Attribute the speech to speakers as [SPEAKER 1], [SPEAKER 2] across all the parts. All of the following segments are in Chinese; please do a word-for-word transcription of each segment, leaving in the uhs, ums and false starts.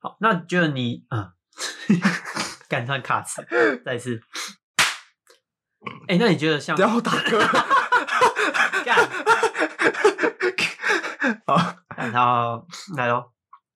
[SPEAKER 1] 好，那觉得你嗯，干上卡词，再一次。哎、欸，那你觉得像？
[SPEAKER 2] 不要打嗝。
[SPEAKER 1] 干。
[SPEAKER 2] 好，
[SPEAKER 1] 然后来咯。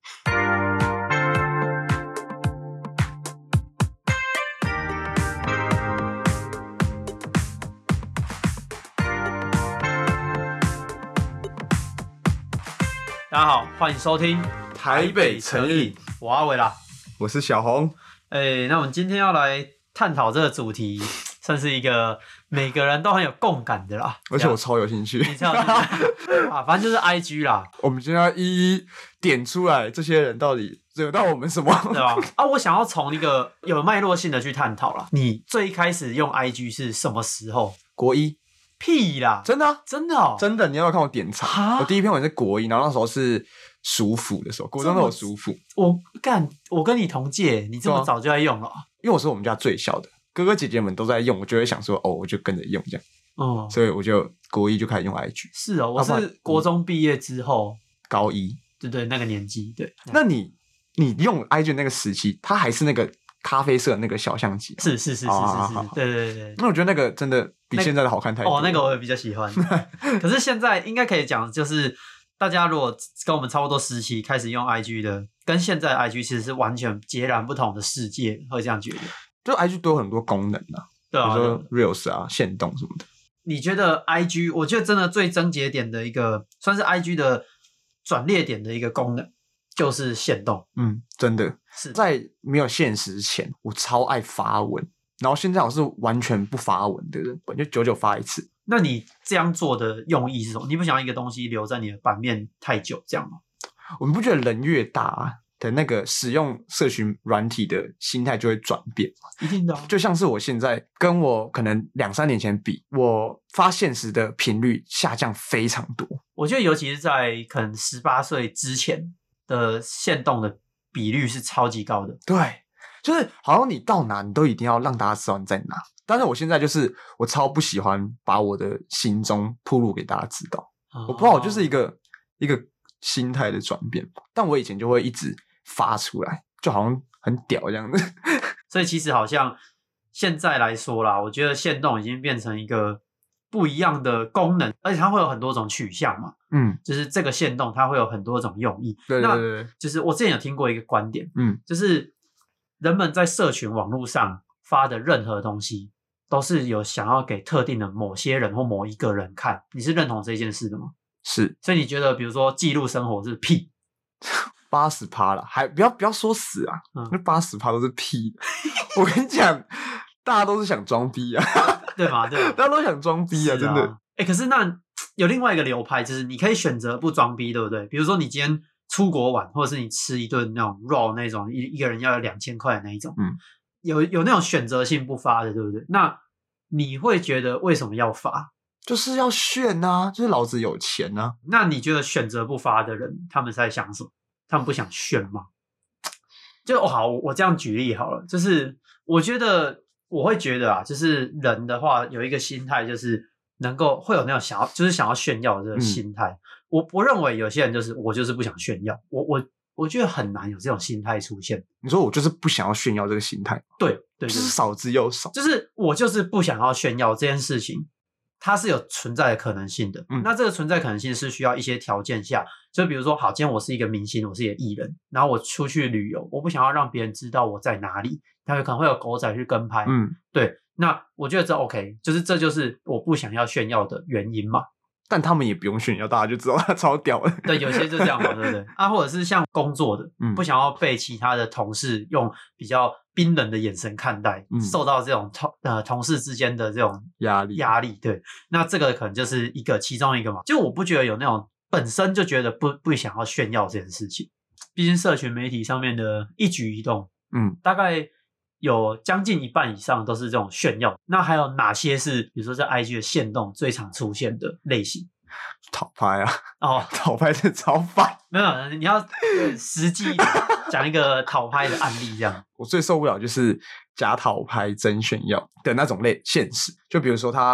[SPEAKER 1] 大家好，欢迎收听
[SPEAKER 2] 台北成瘾，
[SPEAKER 1] 我阿伟啦，
[SPEAKER 2] 我是小红。
[SPEAKER 1] 哎、欸，那我们今天要来探讨这个主题，算是一个每个人都很有共感的啦，
[SPEAKER 2] 而且我超有兴趣。
[SPEAKER 1] 你超有兴趣啊，反正就是 I G 啦。
[SPEAKER 2] 我们今天要一一点出来，这些人到底惹到我们什么，
[SPEAKER 1] 对吧？啊，我想要从一个有脉络性的去探讨啦。你最一开始用 I G 是什么时候？
[SPEAKER 2] 国一。
[SPEAKER 1] 屁啦！
[SPEAKER 2] 真的、啊、
[SPEAKER 1] 真的哦，
[SPEAKER 2] 真的！你要不要看我点查？我第一篇文是国一，然后那时候是暑辅的时候，国中都有暑辅。
[SPEAKER 1] 我干，我跟你同届，你这么早就在用了、啊？
[SPEAKER 2] 因为我是我们家最小的，哥哥姐姐们都在用，我就会想说，哦，我就跟着用这样。哦、嗯，所以我就国一就开始用 I G。
[SPEAKER 1] 是哦，我是国中毕业之后，
[SPEAKER 2] 高一，
[SPEAKER 1] 对对，那个年纪，对。
[SPEAKER 2] 那你你用 I G 那个时期，它还是那个咖啡色的那个小相机？
[SPEAKER 1] 是是是是是是，哦、对对对。
[SPEAKER 2] 那我觉得那个真的比现在的好看太多、
[SPEAKER 1] 那個、哦，那个我也比较喜欢。可是现在应该可以讲，就是大家如果跟我们差不多时期开始用 I G 的，跟现在的 I G 其实是完全截然不同的世界，会这样觉得。
[SPEAKER 2] 就 I G 都有很多功能啊，
[SPEAKER 1] 对啊，
[SPEAKER 2] 比如说 Reels 啊、限动什么的。
[SPEAKER 1] 你觉得 I G？ 我觉得真的最症结点的一个，算是 I G 的转捩点的一个功能，就是限动。
[SPEAKER 2] 嗯，真的是在没有限时前，我超爱发文，然后现在我是完全不发文的人，我就久久发一次。
[SPEAKER 1] 那你这样做的用意是什么？你不想要一个东西留在你的版面太久，这样吗？
[SPEAKER 2] 我们不觉得人越大、啊、的那个使用社群软体的心态就会转变吗？
[SPEAKER 1] 一定的、啊，
[SPEAKER 2] 就像是我现在跟我可能两三年前比，我发现实的频率下降非常多。
[SPEAKER 1] 我觉得尤其是在可能十八岁之前的限动的比率是超级高的。
[SPEAKER 2] 对，就是好像你到哪你都一定要让大家知道你在哪。但是我现在就是我超不喜欢把我的行踪暴露给大家知道、哦、我不知道我就是一个一个心态的转变吧。但我以前就会一直发出来，就好像很屌这样子。
[SPEAKER 1] 所以其实好像现在来说啦，我觉得限动已经变成一个不一样的功能，而且它会有很多种取向嘛。嗯，就是这个限动它会有很多种用意。
[SPEAKER 2] 对对 对, 对，
[SPEAKER 1] 那就是我之前有听过一个观点，
[SPEAKER 2] 嗯，
[SPEAKER 1] 就是人们在社群网络上发的任何东西都是有想要给特定的某些人或某一个人看。你是认同这件事的吗？
[SPEAKER 2] 是。
[SPEAKER 1] 所以你觉得比如说记录生活是屁？
[SPEAKER 2] 八十趴啦，还不要不要说死啊，嗯、那八十趴都是屁。我跟你讲，大家都是想装逼啊，
[SPEAKER 1] 对吗？对，
[SPEAKER 2] 大家都想装逼啊，啊真的。
[SPEAKER 1] 哎、欸，可是那有另外一个流派，就是你可以选择不装逼，对不对？比如说你今天出国玩，或者是你吃一顿那种 raw 那种一一个人要有两千块的那一种，嗯，有有那种选择性不发的，对不对？那你会觉得为什么要发？
[SPEAKER 2] 就是要炫啊，就是老子有钱啊。
[SPEAKER 1] 那你觉得选择不发的人，他们是在想什么？他们不想炫吗？就、哦、好，我这样举例好了，就是我觉得我会觉得啊，就是人的话有一个心态，就是能够会有那种想要，就是想要炫耀的这个心态。嗯、我我认为有些人就是我就是不想炫耀，我我我觉得很难有这种心态出现。
[SPEAKER 2] 你说我就是不想要炫耀这个心态，
[SPEAKER 1] 对 对, 对，
[SPEAKER 2] 就是少之又少，
[SPEAKER 1] 就是我就是不想要炫耀这件事情。它是有存在的可能性的、嗯、那这个存在可能性是需要一些条件下，就比如说好，今天我是一个明星，我是一个艺人，然后我出去旅游，我不想要让别人知道我在哪里，他有可能会有狗仔去跟拍，嗯，对，那我觉得这 OK， 就是这就是我不想要炫耀的原因嘛。
[SPEAKER 2] 但他们也不用炫耀，大家就知道他超屌的。
[SPEAKER 1] 对，有些就这样嘛，对不对？啊，或者是像工作的、嗯，不想要被其他的同事用比较冰冷的眼神看待，嗯、受到这种同呃同事之间的这种
[SPEAKER 2] 压力
[SPEAKER 1] 压力。对，那这个可能就是一个其中一个嘛。就我不觉得有那种本身就觉得不不想要炫耀这件事情，毕竟社群媒体上面的一举一动，嗯，大概有将近一半以上都是这种炫耀。那还有哪些是比如说在 I G 的限动最常出现的类型？
[SPEAKER 2] 讨拍啊，
[SPEAKER 1] 哦，
[SPEAKER 2] 讨拍是超烦。
[SPEAKER 1] 没有，你要实际讲一个讨拍的案例这样。
[SPEAKER 2] 我最受不了就是假讨拍真炫耀的那种类现实，就比如说他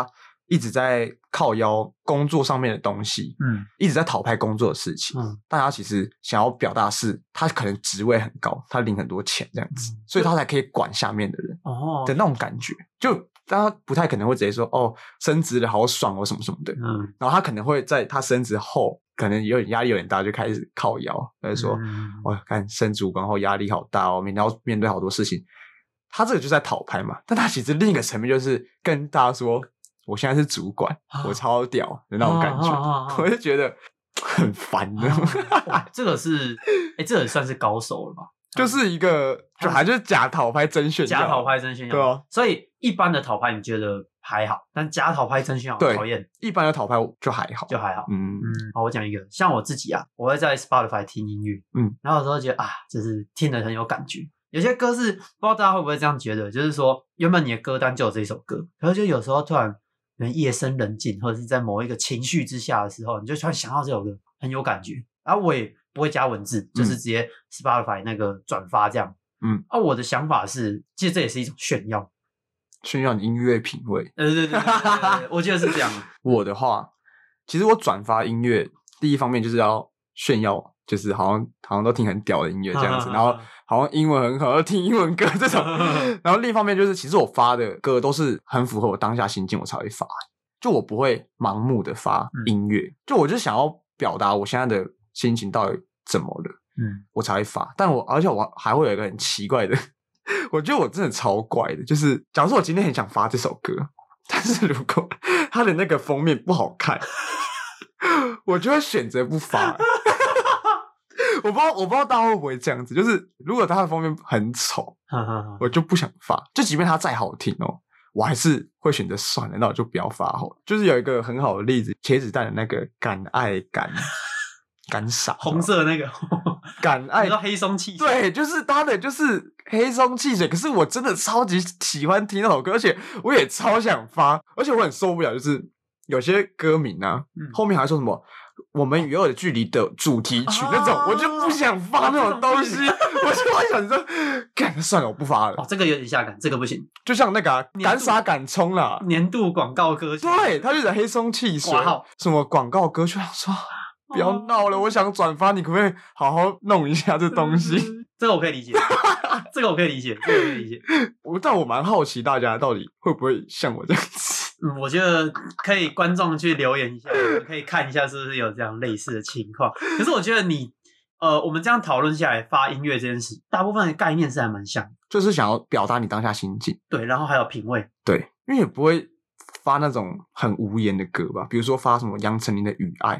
[SPEAKER 2] 一直在靠腰工作上面的东西，
[SPEAKER 1] 嗯，
[SPEAKER 2] 一直在讨拍工作的事情，
[SPEAKER 1] 嗯，
[SPEAKER 2] 大家其实想要表达的是他可能职位很高，他领很多钱这样子，
[SPEAKER 1] 嗯，
[SPEAKER 2] 所以他才可以管下面的人
[SPEAKER 1] 哦
[SPEAKER 2] 的那种感觉，就大家不太可能会直接说哦升职了好爽哦什么什么的，
[SPEAKER 1] 嗯，
[SPEAKER 2] 然后他可能会在他升职后可能有点压力有点大，就开始靠腰，就是说哇、
[SPEAKER 1] 嗯
[SPEAKER 2] 哦、看升主管后压力好大哦，每天要面对好多事情，他这个就在讨拍嘛，但他其实另一个层面就是跟大家说我现在是主管，
[SPEAKER 1] 啊
[SPEAKER 2] 我超屌的那种感觉，
[SPEAKER 1] 啊啊啊啊
[SPEAKER 2] 我就觉得很烦的。
[SPEAKER 1] 哦哇这个是，哎、欸，这也算是高手了吧？
[SPEAKER 2] 就是一个，就还就是假讨拍真炫耀，
[SPEAKER 1] 假讨拍真炫耀，
[SPEAKER 2] 对啊。
[SPEAKER 1] 所以一般的讨拍你觉得还好，但假讨拍真炫耀
[SPEAKER 2] 对
[SPEAKER 1] 讨厌。
[SPEAKER 2] 一般的讨拍就还好，
[SPEAKER 1] 就还好。
[SPEAKER 2] 嗯
[SPEAKER 1] 嗯，好，我讲一个，像我自己啊，我会在 Spotify 听音乐，
[SPEAKER 2] 嗯，
[SPEAKER 1] 然后有时候觉得啊，就是听得很有感觉。有些歌是不知道大家会不会这样觉得，就是说原本你的歌单就有这首歌，可是就有时候突然可能夜深人静，或者是在某一个情绪之下的时候，你就突然想到这首歌，很有感觉。然后我也不会加文字，就是直接 Spotify 那个转发这样。
[SPEAKER 2] 嗯，
[SPEAKER 1] 啊，我的想法是，其实这也是一种炫耀，
[SPEAKER 2] 炫耀你音乐品味。
[SPEAKER 1] 对对对对对对，我觉得是这样。
[SPEAKER 2] 我的话，其实我转发音乐，第一方面就是要炫耀，就是好像好像都听很屌的音乐这样子，然后好像英文很好，要听英文歌这种。然后另一方面就是，其实我发的歌都是很符合我当下心境，我才会发。就我不会盲目的发音乐，嗯、就我就想要表达我现在的心情到底怎么了，嗯，我才会发。但我而且我还会有一个很奇怪的，我觉得我真的超怪的，就是假如说我今天很想发这首歌，但是如果它的那个封面不好看，我就会选择不发。我不知道，我不知道大家会不会这样子，就是如果它的封面很丑，我就不想发，就即便它再好听哦。我还是会选择算了，那我就不要发好了。就是有一个很好的例子，茄子蛋的那个敢爱敢敢傻，
[SPEAKER 1] 红色那个
[SPEAKER 2] 敢爱，
[SPEAKER 1] 你知道黑松汽水，
[SPEAKER 2] 对，就是他的就是黑松汽水。可是我真的超级喜欢听那首歌，而且我也超想发，而且我很受不了，就是有些歌名啊，嗯、后面还说什么我们与恶的距离的主题曲、哦、那种，我就不想发那种东西，我就会想说，干算了，我不发了。
[SPEAKER 1] 哦，这个有点下感，这个不行。
[SPEAKER 2] 就像那个、啊、敢傻敢冲啦，
[SPEAKER 1] 年度广告歌曲，
[SPEAKER 2] 对，他就是黑松汽水，什么广告歌曲，说不要闹了，我想转发，你可不可以好好弄一下这东西？
[SPEAKER 1] 这个我可以理解，这个我可以理解，这个我可以理解。
[SPEAKER 2] 我但我蛮好奇，大家到底会不会像我这样子？
[SPEAKER 1] 嗯，我觉得可以观众去留言一下，我们可以看一下是不是有这样类似的情况。可是我觉得你，呃，我们这样讨论下来，发音乐这件事，大部分的概念是还蛮像，
[SPEAKER 2] 就是想要表达你当下心境。
[SPEAKER 1] 对，然后还有品味。
[SPEAKER 2] 对，因为也不会发那种很无言的歌吧，比如说发什么杨丞琳的《雨爱》。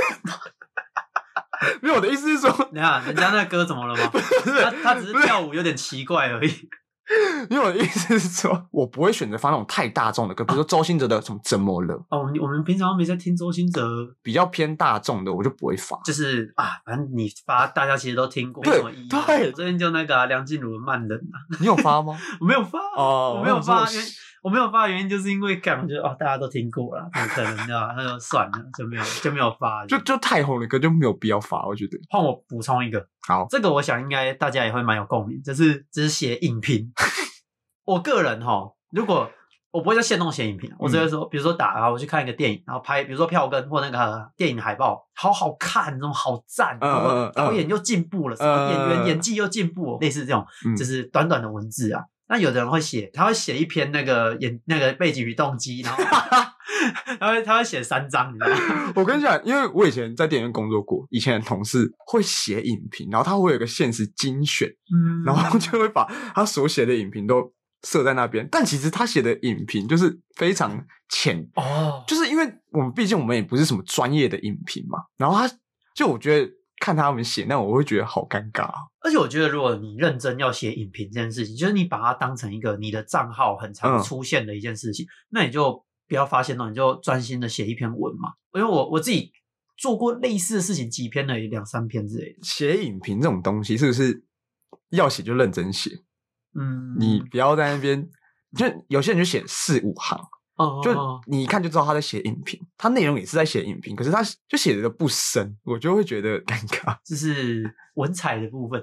[SPEAKER 2] 没有，我的意思是说，
[SPEAKER 1] 等一下人家那歌怎么了吗？他他只是跳舞有点奇怪而已。
[SPEAKER 2] 因为我的意思是说，我不会选择发那种太大众的歌，比如说周兴哲的什么怎么了
[SPEAKER 1] 哦，我们平常没在听周兴哲，
[SPEAKER 2] 比较偏大众的我就不会发。
[SPEAKER 1] 就是啊，反正你发大家其实都听过，没什么意义。
[SPEAKER 2] 对，
[SPEAKER 1] 我这边就那个、啊、梁静茹的《慢人》啊，
[SPEAKER 2] 你有发吗？
[SPEAKER 1] 我没有发
[SPEAKER 2] 哦，
[SPEAKER 1] 我没有发，因为我没有发的原因就是因为感觉哦大家都听过了，可能啊，那就算了，就没有就没有发，
[SPEAKER 2] 就就太红的歌就没有必要发，我觉得。
[SPEAKER 1] 换我补充一个，
[SPEAKER 2] 好，
[SPEAKER 1] 这个我想应该大家也会蛮有共鸣，就是只是写影评。我个人齁，如果我不会在限动写影评，我只会说，比如说打啊，我去看一个电影，然后拍，比如说票根或那个电影海报，好好看，那种好赞，然后导演又进步了，什么演员演技又进步了，类似这种，就是短短的文字啊。那有的人会写，他会写一篇那个演那个背景与动机，然后他会他会写三章，你知道吗？
[SPEAKER 2] 我跟你讲，因为我以前在电影院工作过，以前的同事会写影评，然后他会有一个限时精选，嗯，然后就会把他所写的影评都设在那边，但其实他写的影评就是非常浅哦，就是因为我们毕竟我们也不是什么专业的影评嘛，然后他就我觉得看他们写，那我会觉得好尴尬。
[SPEAKER 1] 而且我觉得如果你认真要写影评这件事情，就是你把它当成一个你的账号很常出现的一件事情，嗯、那你就不要发现了，你就专心的写一篇文嘛。因为我我自己做过类似的事情，几篇的两三篇之类的。写
[SPEAKER 2] 影评这种东西是不是要写就认真写？
[SPEAKER 1] 嗯，
[SPEAKER 2] 你不要在那边，就有些人就写四五行，
[SPEAKER 1] 哦，
[SPEAKER 2] 就你一看就知道他在写影评，他内容也是在写影评，可是他就写的不深，我就会觉得尴尬。
[SPEAKER 1] 这是文采的部分。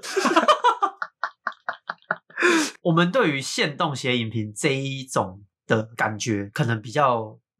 [SPEAKER 1] 我们对于限动写影评这一种的感觉，可能比较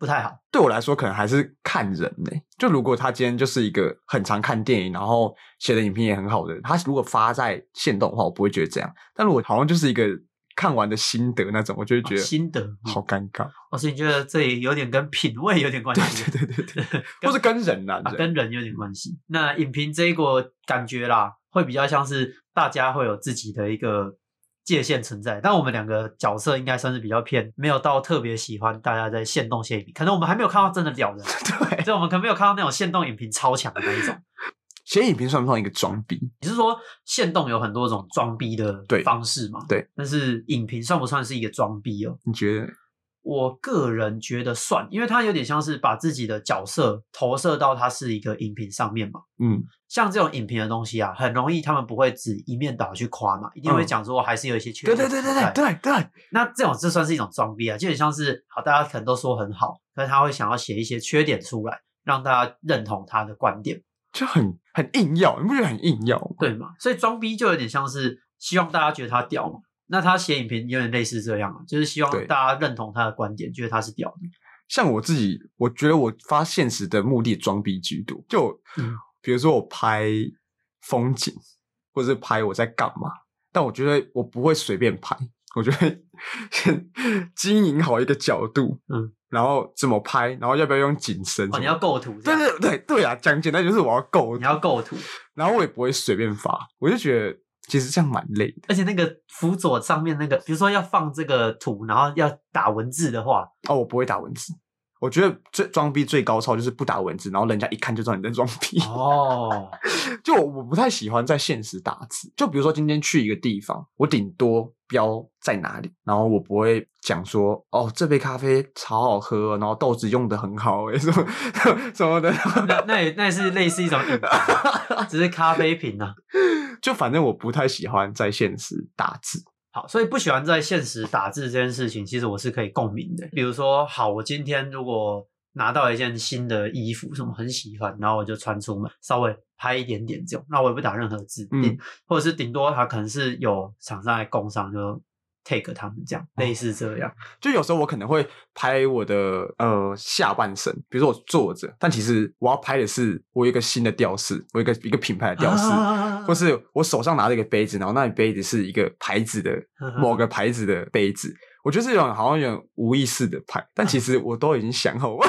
[SPEAKER 1] 不太好。
[SPEAKER 2] 对我来说，可能还是看人呢、欸。就如果他今天就是一个很常看电影，然后写的影评也很好的，他如果发在限动的话，我不会觉得这样。但如果好像就是一个看完的心得那种，我就会觉得、
[SPEAKER 1] 哦、心得
[SPEAKER 2] 好尴尬。
[SPEAKER 1] 哦，所以你觉得这里有点跟品味有点关系？
[SPEAKER 2] 对对对对对，或是跟人啊，
[SPEAKER 1] 啊跟人有点关系。那影评这一个感觉啦，会比较像是大家会有自己的一个界限存在，但我们两个角色应该算是比较偏，没有到特别喜欢大家在限动写影评，可能我们还没有看到真的屌人，
[SPEAKER 2] 对，
[SPEAKER 1] 所以我们可能没有看到那种限动影评超强的那一种。
[SPEAKER 2] 写影评算不算一个装逼？
[SPEAKER 1] 你是说限动有很多种装逼的方式吗？
[SPEAKER 2] 对，
[SPEAKER 1] 但是影评算不算是一个装逼哦？
[SPEAKER 2] 你觉得？
[SPEAKER 1] 我个人觉得算，因为它有点像是把自己的角色投射到它是一个影评上面嘛。
[SPEAKER 2] 嗯，
[SPEAKER 1] 像这种影评的东西啊，很容易他们不会只一面倒去夸嘛，一定会讲说还是有一些缺点。
[SPEAKER 2] 对对对对对对对。
[SPEAKER 1] 那这种这算是一种装逼啊，就有点像是好，大家可能都说很好，可是他会想要写一些缺点出来，让大家认同他的观点，
[SPEAKER 2] 就很很硬要，你不觉得很硬要吗？
[SPEAKER 1] 对嘛？所以装逼就有点像是希望大家觉得他屌嘛。那他写影评有点类似这样，就是希望大家认同他的观点，觉得他是屌的。
[SPEAKER 2] 像我自己，我觉得我发现实的目的装逼居多。就、嗯、比如说我拍风景，或者是拍我在干嘛，但我觉得我不会随便拍，我觉得先经营好一个角度，嗯，然后怎么拍，然后要不要用景深。
[SPEAKER 1] 哦，你要构图。
[SPEAKER 2] 对对对对啊，讲简单就是我要构图，
[SPEAKER 1] 你要构图，
[SPEAKER 2] 然后我也不会随便发，我就觉得。其实这样蛮累的，
[SPEAKER 1] 而且那个辅佐上面那个，比如说要放这个图，然后要打文字的话，
[SPEAKER 2] 哦，我不会打文字。我觉得最装逼最高超就是不打文字，然后人家一看就知道你在装逼。
[SPEAKER 1] 哦，
[SPEAKER 2] 就我不太喜欢在现实打字。就比如说今天去一个地方，我顶多标在哪里，然后我不会讲说哦这杯咖啡超好喝，然后豆子用的很好诶，什么什么的。
[SPEAKER 1] 那那也那也是类似一种影评，只是咖啡瓶啊。
[SPEAKER 2] 就反正我不太喜欢在现实打字。
[SPEAKER 1] 好，所以不喜欢在现实打字这件事情，其实我是可以共鸣的。比如说，好，我今天如果拿到一件新的衣服，什么很喜欢，然后我就穿出门，稍微拍一点点这种，那我也不打任何字，嗯，或者是顶多它可能是有厂商来工商就 take 他们这样，类似这样。
[SPEAKER 2] 就有时候我可能会拍我的呃下半身，比如说我坐着，但其实我要拍的是我有一个新的吊饰，我有一个一个品牌的吊饰，啊、或是我手上拿着一个杯子，然后那杯子是一个牌子的某个牌子的杯子，我觉得这种好像有点无意识的拍，但其实我都已经想好了。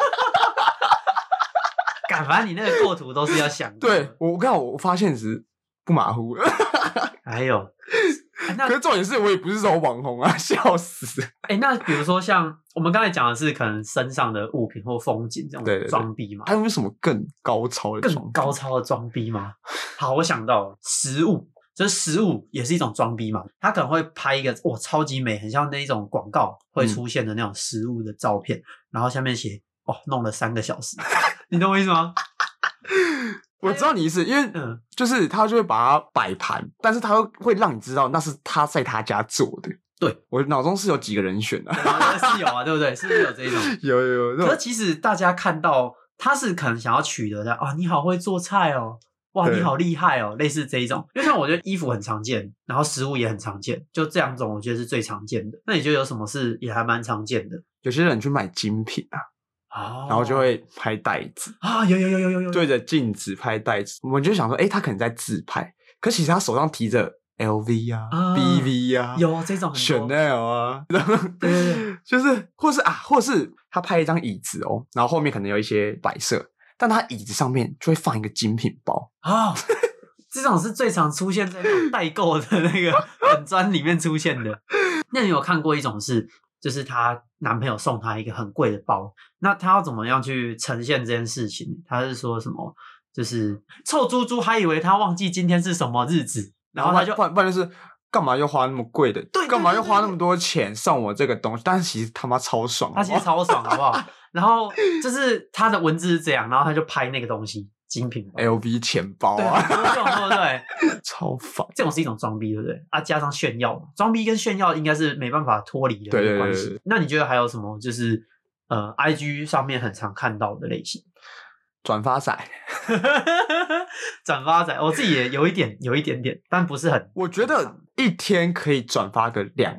[SPEAKER 1] 干，反正你那个构图都是要想的。
[SPEAKER 2] 对，我刚好我发现时不马虎了。
[SPEAKER 1] 还有。
[SPEAKER 2] 可是重点是我也不是说网红啊，笑死！
[SPEAKER 1] 哎、欸，那比如说像我们刚才讲的是可能身上的物品或风景这种装逼嘛，
[SPEAKER 2] 还有没有什么更高超的装逼？
[SPEAKER 1] 更高超的装逼吗？好，我想到了食物，就是食物也是一种装逼嘛。他可能会拍一个哇超级美，很像那一种广告会出现的那种食物的照片，嗯、然后下面写哦弄了三个小时，你懂我意思吗？
[SPEAKER 2] 我知道你意思，因为就是他就会把它摆盘，但是他会让你知道那是他在他家做的。
[SPEAKER 1] 对，
[SPEAKER 2] 我脑中是有几个人选的、
[SPEAKER 1] 啊，是有啊，对不对？是不是有这一种？
[SPEAKER 2] 有有有。
[SPEAKER 1] 可是其实大家看到他是可能想要取得的啊，你好会做菜哦，哇，你好厉害哦，类似这一种。因为像我觉得衣服很常见，然后食物也很常见，就这两种我觉得是最常见的。那你觉得有什么是也还蛮常见的？
[SPEAKER 2] 有些人去买精品啊。
[SPEAKER 1] 哦、
[SPEAKER 2] 然后就会拍袋子
[SPEAKER 1] 啊，有有有有有有，
[SPEAKER 2] 对着镜子拍袋子，我们就想说，哎，他可能在自拍，可其实他手上提着 L V 啊、啊 B V 啊，
[SPEAKER 1] 有这种很多
[SPEAKER 2] Chanel 啊，
[SPEAKER 1] 对对对，
[SPEAKER 2] 就是或是啊，或是他拍一张椅子哦，然后后面可能有一些摆设，但他椅子上面就会放一个精品包
[SPEAKER 1] 啊。哦这种是最常出现在那种代购的那个本专里面出现的。那你有看过一种是？就是她男朋友送她一个很贵的包，那她要怎么样去呈现这件事情？她是说什么？就是臭猪猪还以为他忘记今天是什么日子，然后他就
[SPEAKER 2] 不然不然就是干嘛又花那么贵的？
[SPEAKER 1] 对，
[SPEAKER 2] 干嘛又花那么多钱送我这个东西？但是其实他妈超爽，
[SPEAKER 1] 他其实超爽，好不好？然后就是他的文字是这样，然后他就拍那个东西。精品
[SPEAKER 2] L V 钱包啊，
[SPEAKER 1] 对，对对，
[SPEAKER 2] 超烦。
[SPEAKER 1] 这种是一种装逼，对不对？啊，加上炫耀，装逼跟炫耀应该是没办法脱离的一个关系。那你觉得还有什么？就是呃 ，I G 上面很常看到的类型，
[SPEAKER 2] 转发仔，
[SPEAKER 1] 转发仔，我自己也有一点，有一点点，但不是很。
[SPEAKER 2] 我觉得一天可以转发个两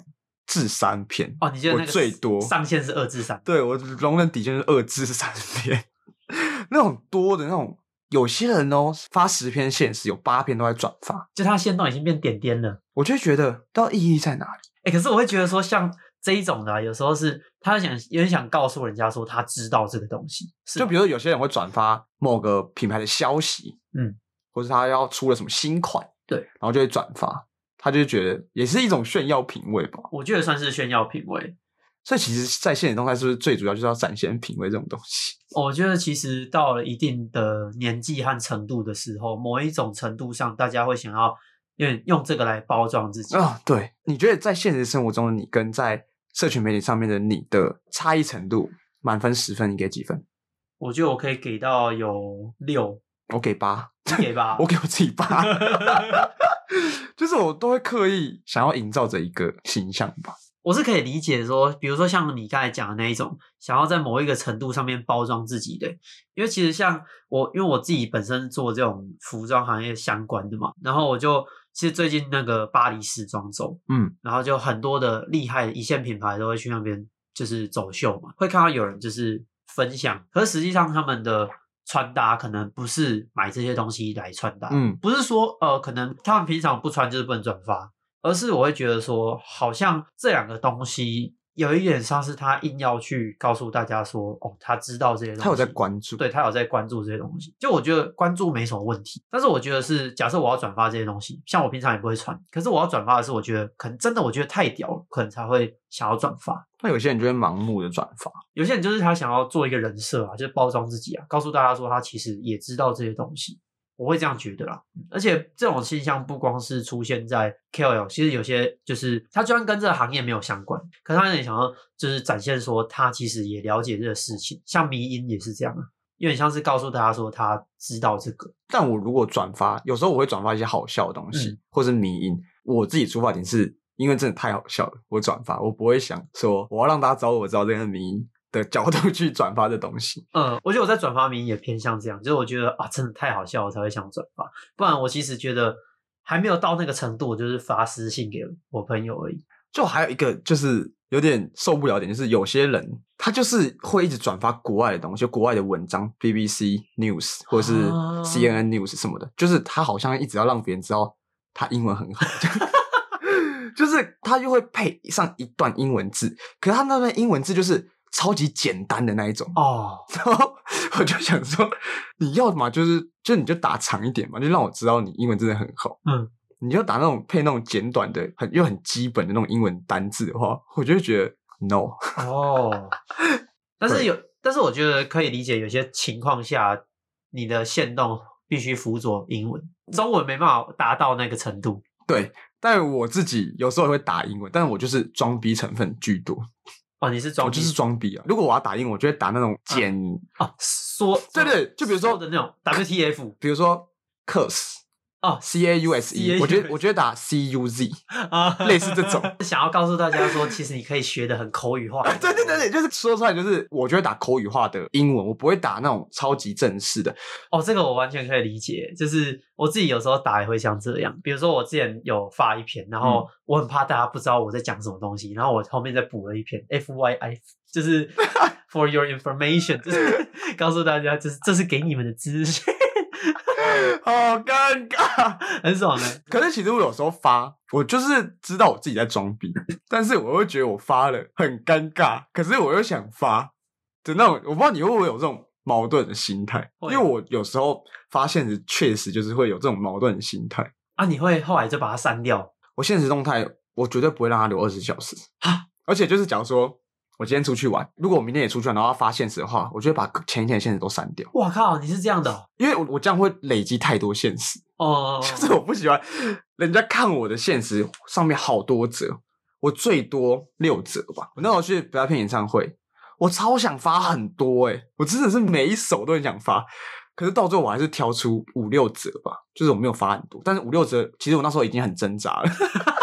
[SPEAKER 2] 至三篇
[SPEAKER 1] 哦，你觉得那个
[SPEAKER 2] 我最多
[SPEAKER 1] 上限是二至三？
[SPEAKER 2] 对，我容忍底线是二至三篇，那种多的那种，有些人哦发十篇限时，有八篇都在转发，
[SPEAKER 1] 就他限动已经变点点了，
[SPEAKER 2] 我就会觉得到底意义在哪里？
[SPEAKER 1] 哎、欸，可是我会觉得说，像这一种的、啊，有时候是他想有点想告诉人家说他知道这个东西，
[SPEAKER 2] 就比如说有些人会转发某个品牌的消息，
[SPEAKER 1] 嗯，
[SPEAKER 2] 或是他要出了什么新款，
[SPEAKER 1] 对，
[SPEAKER 2] 然后就会转发，他就觉得也是一种炫耀品味吧。
[SPEAKER 1] 我觉得算是炫耀品味。
[SPEAKER 2] 所以其实在现实动态是不是最主要就是要展现品味这种东西？
[SPEAKER 1] 我觉得其实到了一定的年纪和程度的时候，某一种程度上，大家会想要用用这个来包装自己
[SPEAKER 2] 啊、哦。对，你觉得在现实生活中的你跟在社群媒体上面的你的差异程度，满分十分，你给几分？
[SPEAKER 1] 我觉得我可以给到有六，
[SPEAKER 2] 我给八，
[SPEAKER 1] 你给八，
[SPEAKER 2] 我给我自己八，就是我都会刻意想要营造着一个形象吧。
[SPEAKER 1] 我是可以理解说，比如说像你刚才讲的那一种，想要在某一个程度上面包装自己的，因为其实像我，因为我自己本身做这种服装行业相关的嘛，然后我就其实最近那个巴黎时装周，
[SPEAKER 2] 嗯，
[SPEAKER 1] 然后就很多的厉害的一线品牌都会去那边就是走秀嘛，会看到有人就是分享，可是实际上他们的穿搭可能不是买这些东西来穿搭，
[SPEAKER 2] 嗯，
[SPEAKER 1] 不是说呃可能他们平常不穿就是不能转发。而是我会觉得说，好像这两个东西有一点像是他硬要去告诉大家说，哦，他知道这些东西，
[SPEAKER 2] 他有在关注，
[SPEAKER 1] 对，他有在关注这些东西。就我觉得关注没什么问题，但是我觉得是，假设我要转发这些东西，像我平常也不会传，可是我要转发的是，我觉得可能真的我觉得太屌了，可能才会想要转发。
[SPEAKER 2] 那有些人就会盲目的转发，
[SPEAKER 1] 有些人就是他想要做一个人设啊，就是包装自己啊，告诉大家说他其实也知道这些东西。我会这样觉得啦，而且这种现象不光是出现在 K O L， 其实有些就是他就算跟这个行业没有相关，可是他也想要就是展现说他其实也了解这个事情，像迷因也是这样啊，有点像是告诉大家说他知道这个。
[SPEAKER 2] 但我如果转发，有时候我会转发一些好笑的东西，嗯、或是迷因，我自己出发点是因为真的太好笑了，我转发，我不会想说我要让大家知道我知道这个迷因的角度去转发这东西。
[SPEAKER 1] 嗯，我觉得我在转发迷也偏向这样，就是我觉得啊，真的太好笑我才会想转发，不然我其实觉得还没有到那个程度，我就是发私信给我朋友而已。
[SPEAKER 2] 就还有一个就是有点受不了点，就是有些人他就是会一直转发国外的东西，国外的文章 B B C News 或者是 C N N News 什么的，啊、就是他好像一直要让别人知道他英文很好。就是他又会配上一段英文字，可是他那段英文字就是超级简单的那一种
[SPEAKER 1] 哦，
[SPEAKER 2] 然后我就想说，你要嘛就是就你就打长一点嘛，就让我知道你英文真的很好。
[SPEAKER 1] 嗯，
[SPEAKER 2] 你就打那种配那种简短的、很又很基本的那种英文单字的话，我就会觉得 no
[SPEAKER 1] 哦。但是有，但是我觉得可以理解，有些情况下你的限动必须辅佐英文，中文没办法达到那个程度。
[SPEAKER 2] 对，但我自己有时候也会打英文，但是我就是装逼成分居多。
[SPEAKER 1] 哦，你是装逼，
[SPEAKER 2] 我就是装逼啊！如果我要打英文，我就会打那种简
[SPEAKER 1] 啊缩，
[SPEAKER 2] 对对，就比如说
[SPEAKER 1] 的那种 W T F，
[SPEAKER 2] 比如说 curse
[SPEAKER 1] 哦
[SPEAKER 2] C A U S E， 我觉得我觉得打 C U Z
[SPEAKER 1] 啊，
[SPEAKER 2] 类似这种，
[SPEAKER 1] 想要告诉大家说，其实你可以学得很口语化。
[SPEAKER 2] 对对对对，就是说出来就是我就会打口语化的英文，我不会打那种超级正式的。
[SPEAKER 1] 哦，这个我完全可以理解，就是我自己有时候打也会像这样。比如说我之前有发一篇，然后我很怕大家不知道我在讲什么东西，然后我后面再补了一篇 F Y I， 就是 for your information， 就是告诉大家，就是这是给你们的资讯。
[SPEAKER 2] 好尴尬，
[SPEAKER 1] 很爽的。
[SPEAKER 2] 可是其实我有时候发，我就是知道我自己在装逼，但是我会觉得我发了很尴尬，可是我又想发的那种，我不知道你会不会有这种矛盾的心态，因为我有时候发现实确实就是会有这种矛盾的心态
[SPEAKER 1] 啊。你会后来就把它删掉？
[SPEAKER 2] 我现实动态我绝对不会让它留二十小时啊，而且就是假如说我今天出去玩，如果我明天也出去玩，然后要发现实的话，我就会把前一天的现实都删掉。
[SPEAKER 1] 哇靠，你是这样的、哦？
[SPEAKER 2] 因为我我这样会累积太多现实
[SPEAKER 1] 哦，
[SPEAKER 2] 就是我不喜欢人家看我的现实上面好多则，我最多六则吧。我那时候去 BLACKPINK 演唱会，我超想发很多诶、欸、我真的是每一首都很想发，可是到最后我还是挑出五六则吧，就是我没有发很多，但是五六则其实我那时候已经很挣扎了。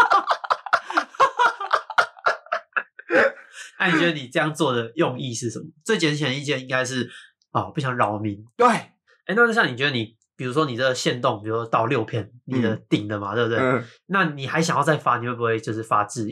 [SPEAKER 1] 那、啊、你觉得你这样做的用意是什么？最简显的意见应该是啊、哦，不想扰民。
[SPEAKER 2] 对，
[SPEAKER 1] 哎，那像你觉得你，比如说你的限动，比如说到六篇，你的顶的嘛，嗯、对不对、嗯？那你还想要再发，你会不会就是发自由？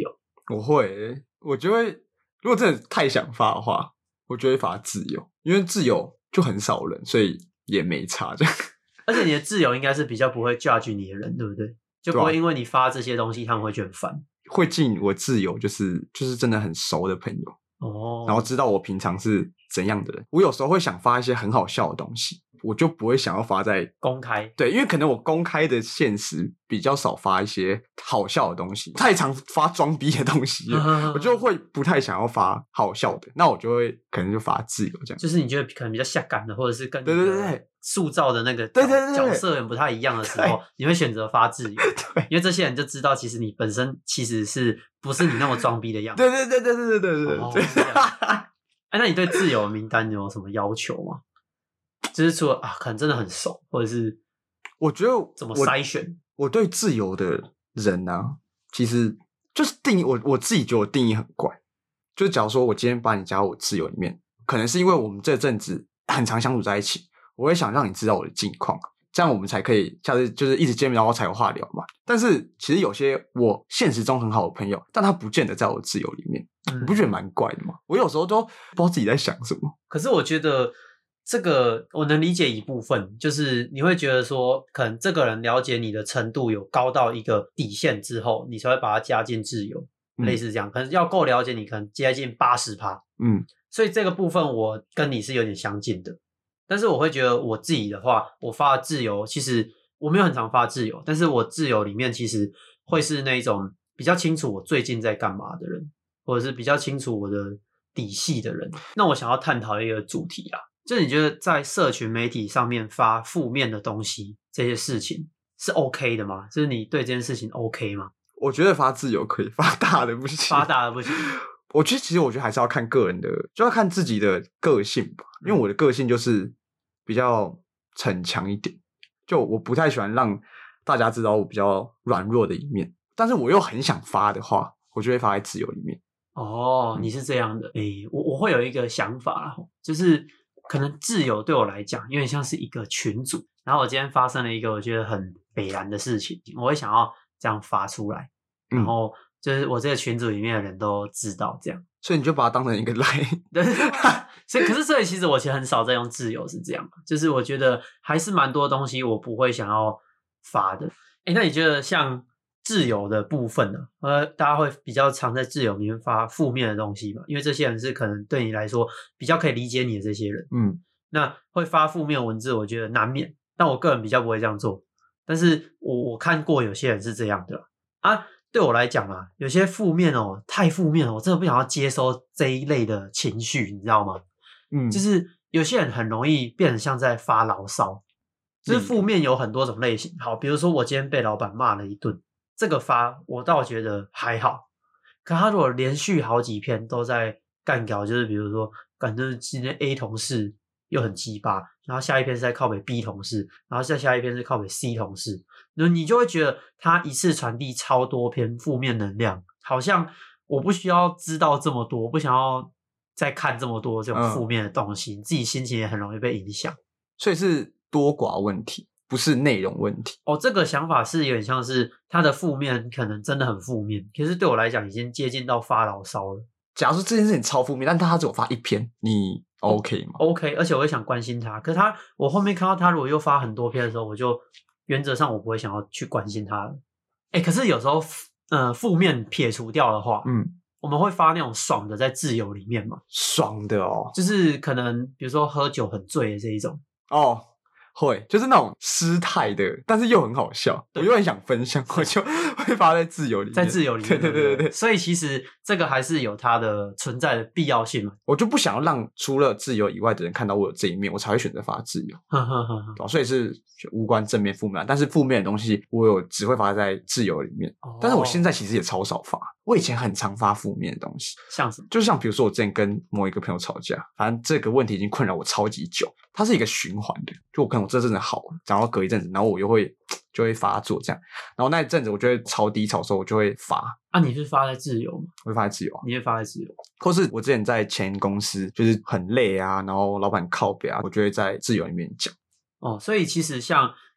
[SPEAKER 2] 我会、欸，我就会，如果真的太想发的话，我就会发自由，因为自由就很少人，所以也没差这样。
[SPEAKER 1] 而且你的自由应该是比较不会 judge 你的人，对不对？就不会因为你发这些东西，他们会觉得很烦。
[SPEAKER 2] 会进我自由，就是就是真的很熟的朋友
[SPEAKER 1] 哦，
[SPEAKER 2] 然后知道我平常是怎样的人。我有时候会想发一些很好笑的东西，我就不会想要发在
[SPEAKER 1] 公开。
[SPEAKER 2] 对，因为可能我公开的现实比较少发一些好笑的东西，太常发装逼的东西了我就会不太想要发好笑的，那我就会可能就发自由这样。
[SPEAKER 1] 就是你觉得可能比较下感的，或者是跟
[SPEAKER 2] 对对对对
[SPEAKER 1] 塑造的那个
[SPEAKER 2] 对对对对
[SPEAKER 1] 角色人不太一样的时候，你会选择发自由。
[SPEAKER 2] 对，
[SPEAKER 1] 因为这些人就知道，其实你本身其实是不是你那么装逼的样子。
[SPEAKER 2] 对对对对对对对对。
[SPEAKER 1] 哦，哎，那你对自由名单有什么要求吗？就是除了啊，可能真的很熟，或者是
[SPEAKER 2] 我觉得
[SPEAKER 1] 怎么筛选？
[SPEAKER 2] 我对自由的人啊，其实就是定义我我自己觉得我定义很怪。就是假如说我今天把你加入我自由里面，可能是因为我们这阵子很常相处在一起，我会想让你知道我的近况，这样我们才可以下次就是一直见面，然后才有话聊嘛。但是其实有些我现实中很好的朋友，但他不见得在我的自由里面，嗯、你不觉得蛮怪的吗？我有时候都不知道自己在想什么。
[SPEAKER 1] 可是我觉得这个我能理解一部分，就是你会觉得说，可能这个人了解你的程度有高到一个底线之后，你才会把他加进自由。嗯、类似这样，可能要够了解你，可能接近 百分之八十。嗯，所以这个部分我跟你是有点相近的。但是我会觉得我自己的话，我发的自由，其实我没有很常发自由，但是我自由里面其实会是那种比较清楚我最近在干嘛的人，或者是比较清楚我的底细的人。那我想要探讨一个主题啦，就是你觉得在社群媒体上面发负面的东西，这些事情是 OK 的吗？就是你对这件事情 OK 吗？
[SPEAKER 2] 我觉得发自由可以，发大的不行。
[SPEAKER 1] 发大的不行。
[SPEAKER 2] 我觉得其实我觉得还是要看个人的，就要看自己的个性吧。因为我的个性就是比较逞强一点，就我不太喜欢让大家知道我比较软弱的一面，但是我又很想发的话，我就会发在自由里面。
[SPEAKER 1] 哦，你是这样的。诶，我我会有一个想法啦，就是可能自由对我来讲有点像是一个群组，然后我今天发生了一个我觉得很北蓝的事情，我会想要这样发出来，然后就是我这个群组里面的人都知道这样，
[SPEAKER 2] 所以你就把它当成一个 line。
[SPEAKER 1] 对，所以可是这里其实我其实很少在用自由是这样，就是我觉得还是蛮多东西我不会想要发的。诶，那你觉得像自由的部分呢？呃，大家会比较常在自由里面发负面的东西嘛？因为这些人是可能对你来说比较可以理解你的这些人，嗯，那会发负面文字，我觉得难免，但我个人比较不会这样做。但是我我看过有些人是这样的啊，对我来讲啊，有些负面哦，太负面了，我真的不想要接收这一类的情绪，你知道吗？嗯，就是有些人很容易变成像在发牢骚，就是负面有很多种类型。好，比如说我今天被老板骂了一顿，这个发我倒觉得还好，可他如果连续好几篇都在干掉，就是比如说，感觉今天 A 同事又很鸡巴，然后下一篇是在靠北 B 同事，然后再下一篇是靠北 C 同事，你就会觉得他一次传递超多篇负面能量，好像我不需要知道这么多，我不想要再看这么多这种负面的东西，嗯、自己心情也很容易被影响。
[SPEAKER 2] 所以是多寡问题，不是内容问题。
[SPEAKER 1] 哦，这个想法是有点像是他的负面可能真的很负面，可是对我来讲已经接近到发牢骚了。
[SPEAKER 2] 假如说这件事情超负面，但他只有发一篇，你 OK 吗
[SPEAKER 1] ？OK， 而且我会想关心他。可是他，我后面看到他如果又发很多篇的时候，我就原则上我不会想要去关心他了。哎，可是有时候，呃，负面撇除掉的话，嗯，我们会发那种爽的在自由里面嘛？
[SPEAKER 2] 爽的哦，
[SPEAKER 1] 就是可能比如说喝酒很醉的这一种
[SPEAKER 2] 哦。会，就是那种失态的，但是又很好笑，我又很想分享，我就会发在自由里面，
[SPEAKER 1] 在自由里面，
[SPEAKER 2] 对对对对对。
[SPEAKER 1] 所以其实这个还是有它的存在的必要性嘛。
[SPEAKER 2] 我就不想要让除了自由以外的人看到我有这一面，我才会选择发自由。哦、所以是无关正面负面，但是负面的东西我有只会发在自由里面。哦、但是我现在其实也超少发，我以前很常发负面的东西，
[SPEAKER 1] 像什么？
[SPEAKER 2] 就像比如说我之前跟某一个朋友吵架，反正这个问题已经困扰我超级久，它是一个循环的，就我可能我这阵子好了，然后隔一阵子，然后我又会就会发作这样，然后那一阵子我就会超低潮的时候，我就会发。
[SPEAKER 1] 啊，你是发在自由吗？
[SPEAKER 2] 我会发在自由、啊，
[SPEAKER 1] 你会发在自由，
[SPEAKER 2] 或是我之前在前公司就是很累啊，然后老板靠北啊，我就会在自由里面讲。
[SPEAKER 1] 哦，所以其实像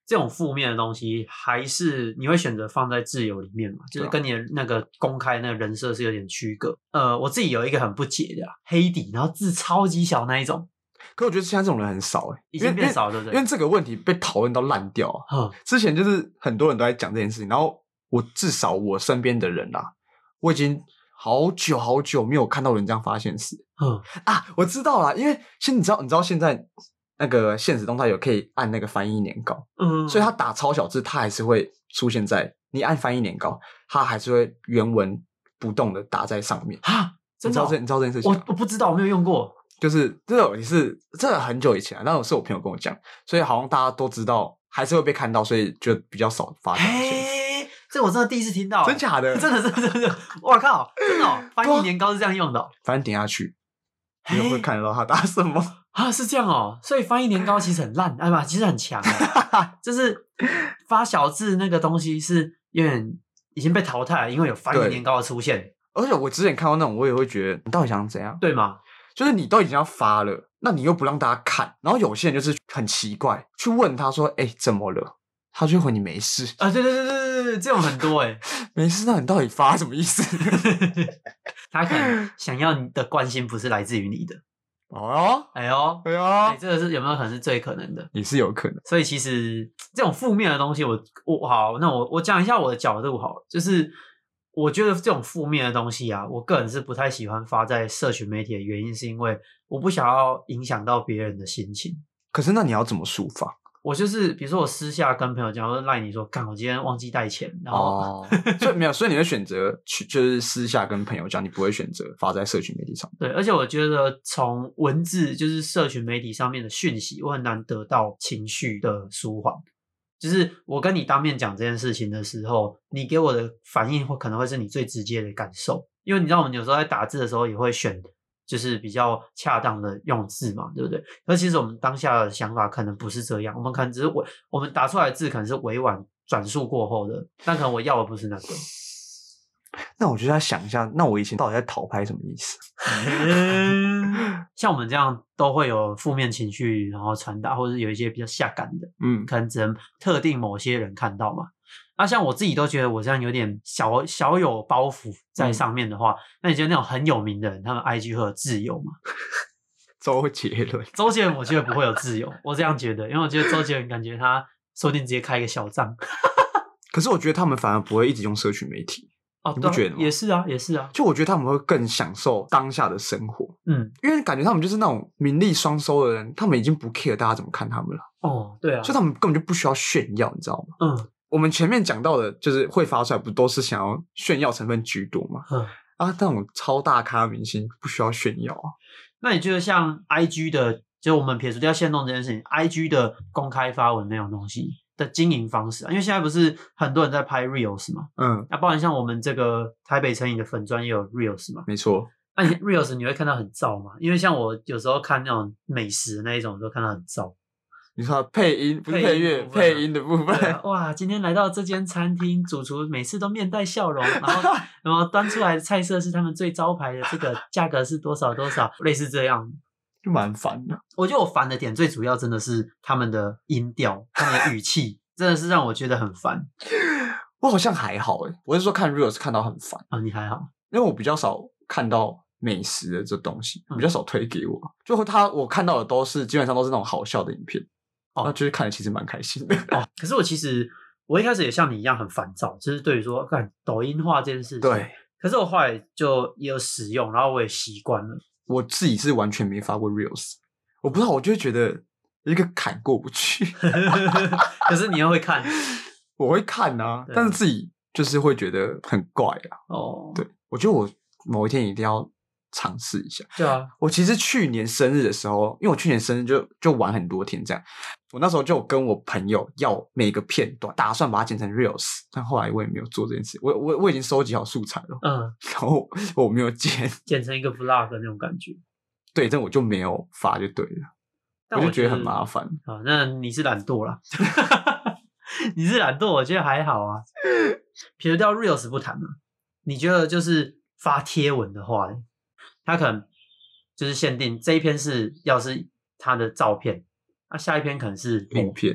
[SPEAKER 1] 这种负面的东西，还是你会选择放在自由里面嘛？就是跟你的那个公开那个人设是有点区隔。呃，我自己有一个很不解的、啊、黑底，然后字超级小那一种。
[SPEAKER 2] 可我觉得现在这种人很少哎、欸，
[SPEAKER 1] 已经变少了，对不对？
[SPEAKER 2] 因为这个问题被讨论到烂掉啊。嗯，之前就是很多人都在讲这件事情，然后我至少我身边的人啊，我已经好久好久没有看到人这样发现时。嗯啊，我知道啦，因为现你知道你知道现在那个限时动态有可以按那个翻译年糕，嗯，所以他打超小字，他还是会出现在你按翻译年糕，他还是会原文不动的打在上面
[SPEAKER 1] 啊。
[SPEAKER 2] 你知道这你知道这件事情吗？
[SPEAKER 1] 我我不知道，我没有用过。
[SPEAKER 2] 就是这个也是这个很久以前啊，那是我朋友跟我讲，所以好像大家都知道，还是会被看到，所以就比较少发生。
[SPEAKER 1] 嘿，这我真的第一次听到，
[SPEAKER 2] 真假的？
[SPEAKER 1] 真的真的真的，哇靠，真的、哦，翻译年糕是这样用的、哦。
[SPEAKER 2] 反正点下去，你会看得到他打什么
[SPEAKER 1] 啊？是这样哦，所以翻译年糕其实很烂，哎吧，其实很强哦，就是发小字那个东西是有点已经被淘汰了，因为有翻译年糕的出现。
[SPEAKER 2] 而且我之前看到那种，我也会觉得你到底想怎样？
[SPEAKER 1] 对吗？
[SPEAKER 2] 就是你都已经要发了，那你又不让大家看，然后有些人就是很奇怪，去问他说：“哎、欸，怎么了？”他就回你没事
[SPEAKER 1] 啊，对对对对对对，这种很多哎、欸，
[SPEAKER 2] 没事，那你到底发什么意思？
[SPEAKER 1] 他可能想要你的关心不是来自于你的。
[SPEAKER 2] 哦，
[SPEAKER 1] 哎呦，
[SPEAKER 2] 哎呦，
[SPEAKER 1] 哎，这个是有没有可能是最可能的？
[SPEAKER 2] 也是有可能。
[SPEAKER 1] 所以其实这种负面的东西我，我我好，那我我讲一下我的角度好了，就是我觉得这种负面的东西啊，我个人是不太喜欢发在社群媒体的原因，是因为我不想要影响到别人的心情。
[SPEAKER 2] 可是那你要怎么抒发？
[SPEAKER 1] 我就是比如说我私下跟朋友讲，我赖你说，干，我今天忘记带钱，然后、
[SPEAKER 2] 哦、所以没有，所以你会选择去就是私下跟朋友讲，你不会选择发在社群媒体上。
[SPEAKER 1] 对，而且我觉得从文字就是社群媒体上面的讯息，我很难得到情绪的舒缓。就是我跟你当面讲这件事情的时候，你给我的反应会可能会是你最直接的感受，因为你知道我们有时候在打字的时候也会选就是比较恰当的用字嘛，对不对？可其实我们当下的想法可能不是这样，我们可能只是委我们打出来的字可能是委婉转述过后的，但可能我要的不是那个。
[SPEAKER 2] 那我就在想一下，那我以前到底在讨拍什么意思？
[SPEAKER 1] 像我们这样都会有负面情绪，然后传达，或者有一些比较下感的，嗯，可能只能特定某些人看到嘛。那像我自己都觉得我这样有点小小有包袱在上面的话，嗯、那你觉得那种很有名的人，他们 I G 会有自由吗？
[SPEAKER 2] 周杰伦，
[SPEAKER 1] 周杰伦我觉得不会有自由，我这样觉得，因为我觉得周杰伦感觉他说不定直接开一个小账。
[SPEAKER 2] 可是我觉得他们反而不会一直用社群媒体。
[SPEAKER 1] 哦，
[SPEAKER 2] 你不觉得吗？
[SPEAKER 1] 也是啊，也是啊。
[SPEAKER 2] 就我觉得他们会更享受当下的生活，
[SPEAKER 1] 嗯，
[SPEAKER 2] 因为感觉他们就是那种名利双收的人，他们已经不 care 大家怎么看他们了。
[SPEAKER 1] 哦，对啊，
[SPEAKER 2] 所以他们根本就不需要炫耀，你知道吗？
[SPEAKER 1] 嗯，
[SPEAKER 2] 我们前面讲到的，就是会发出来，不都是想要炫耀成分居多吗？嗯，啊，那种超大咖明星不需要炫耀啊。
[SPEAKER 1] 那你觉得像 I G 的，就我们撇除掉限动这件事情 ，I G 的公开发文那种东西的经营方式啊，因为现在不是很多人在拍 reels 嘛，嗯，那包含像我们这个台北成瘾的粉专也有 reels 嘛，
[SPEAKER 2] 没错。
[SPEAKER 1] 那你 reels 你会看到很燥吗？因为像我有时候看那种美食的那一种，都看到很燥。
[SPEAKER 2] 你说配音不是配乐，配音的部分、
[SPEAKER 1] 啊、哇，今天来到这间餐厅，主厨每次都面带笑容，然后然后端出来的菜色是他们最招牌的，这个价格是多少多少，类似这样。
[SPEAKER 2] 就蛮烦的。
[SPEAKER 1] 我觉得我烦的点最主要真的是他们的音调，他们的语气，真的是让我觉得很烦。
[SPEAKER 2] 我好像还好诶，我是说看 reels 看到很烦
[SPEAKER 1] 啊，你还好，
[SPEAKER 2] 因为我比较少看到美食的这东西，比较少推给我。就他我看到的都是基本上都是那种好笑的影片，哦，那就是看的其实蛮开心的。
[SPEAKER 1] 哦，可是我其实我一开始也像你一样很烦躁，就是对于说看抖音化这件事情。
[SPEAKER 2] 对，
[SPEAKER 1] 可是我后来就也有使用，然后我也习惯了。
[SPEAKER 2] 我自己是完全没发过 reels， 我不知道，我就会觉得一个坎过不去。
[SPEAKER 1] 可是你又会看，
[SPEAKER 2] 我会看啊，但是自己就是会觉得很怪啊。哦，对，我觉得我某一天一定要尝试一下。
[SPEAKER 1] 对啊，
[SPEAKER 2] 我其实去年生日的时候，因为我去年生日就就玩很多天这样，我那时候就跟我朋友要每个片段，打算把它剪成 reels， 但后来我也没有做这件事。我我我已经收集好素材了，嗯，然后我没有剪，
[SPEAKER 1] 剪成一个 vlog 那种感觉。
[SPEAKER 2] 对，但我就没有发就对了，
[SPEAKER 1] 但
[SPEAKER 2] 我, 我就觉得很麻烦。
[SPEAKER 1] 啊，那你是懒惰啦。你是懒惰，我觉得还好啊。撇除掉 reels 不谈了，你觉得就是发贴文的话，他可能就是限定这一篇是要是他的照片，那、啊、下一篇可能是
[SPEAKER 2] 影片，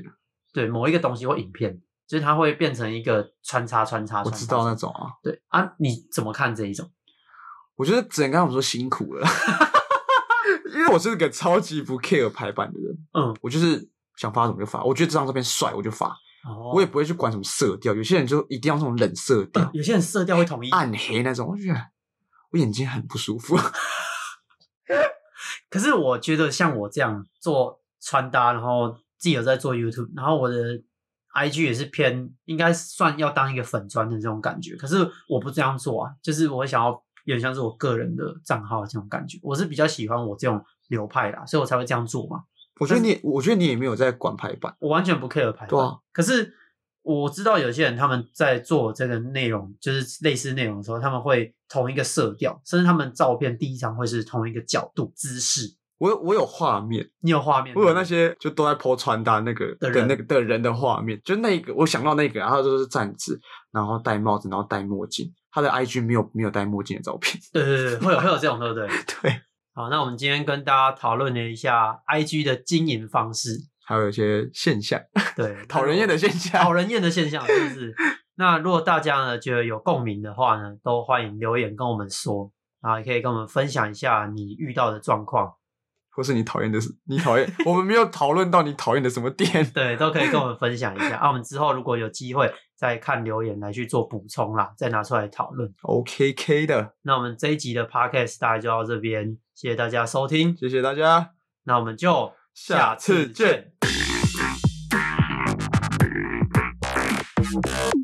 [SPEAKER 1] 对某一个东西或影片，就是它会变成一个穿插穿插。
[SPEAKER 2] 我知道那种啊。
[SPEAKER 1] 对啊，你怎么看这一种？
[SPEAKER 2] 我觉得只能跟他们说辛苦了，因为我是个超级不 care 排版的人。嗯，我就是想发什么就发，我觉得这张照片帅我就发。哦，我也不会去管什么色调，有些人就一定要那种冷色调，
[SPEAKER 1] 有些人色调会统一
[SPEAKER 2] 暗黑那种，我觉得我眼睛很不舒服。
[SPEAKER 1] 可是我觉得像我这样做穿搭，然后自己有在做 YouTube， 然后我的 I G 也是偏应该算要当一个粉专的这种感觉，可是我不这样做啊，就是我会想要有点像是我个人的账号这种感觉，我是比较喜欢我这种流派啦，所以我才会这样做嘛。
[SPEAKER 2] 我觉得你，我觉得你也没有在管排版，
[SPEAKER 1] 我完全不 care 排版。对啊，可是我知道有些人他们在做这个内容，就是类似内容的时候，他们会同一个色调，甚至他们照片第一张会是同一个角度、姿势。
[SPEAKER 2] 我有我有画面，
[SPEAKER 1] 你有画面？
[SPEAKER 2] 我有那些就都在 po 穿搭那个的那个的人的画面，就那个我想到那个，然后就是站直，然后戴帽子，然后戴墨镜。他的 I G 没有没有戴墨镜的照片。
[SPEAKER 1] 对对对，会有会有这种，对不对？
[SPEAKER 2] 对。
[SPEAKER 1] 好，那我们今天跟大家讨论了一下 I G 的经营方式，
[SPEAKER 2] 还有一些现象，
[SPEAKER 1] 对，
[SPEAKER 2] 讨人厌的现象，
[SPEAKER 1] 讨人厌的现象，是不是？那如果大家呢觉得有共鸣的话呢，都欢迎留言跟我们说，然后也可以跟我们分享一下你遇到的状况，
[SPEAKER 2] 或是你讨厌的，你讨厌，我们没有讨论到你讨厌的什么点，
[SPEAKER 1] 对，都可以跟我们分享一下。啊，我们之后如果有机会再看留言来去做补充啦，再拿出来讨论。
[SPEAKER 2] OK K 的，
[SPEAKER 1] 那我们这一集的 Podcast 大概就到这边，谢谢大家收听，
[SPEAKER 2] 谢谢大家，
[SPEAKER 1] 那我们就
[SPEAKER 2] 下次见。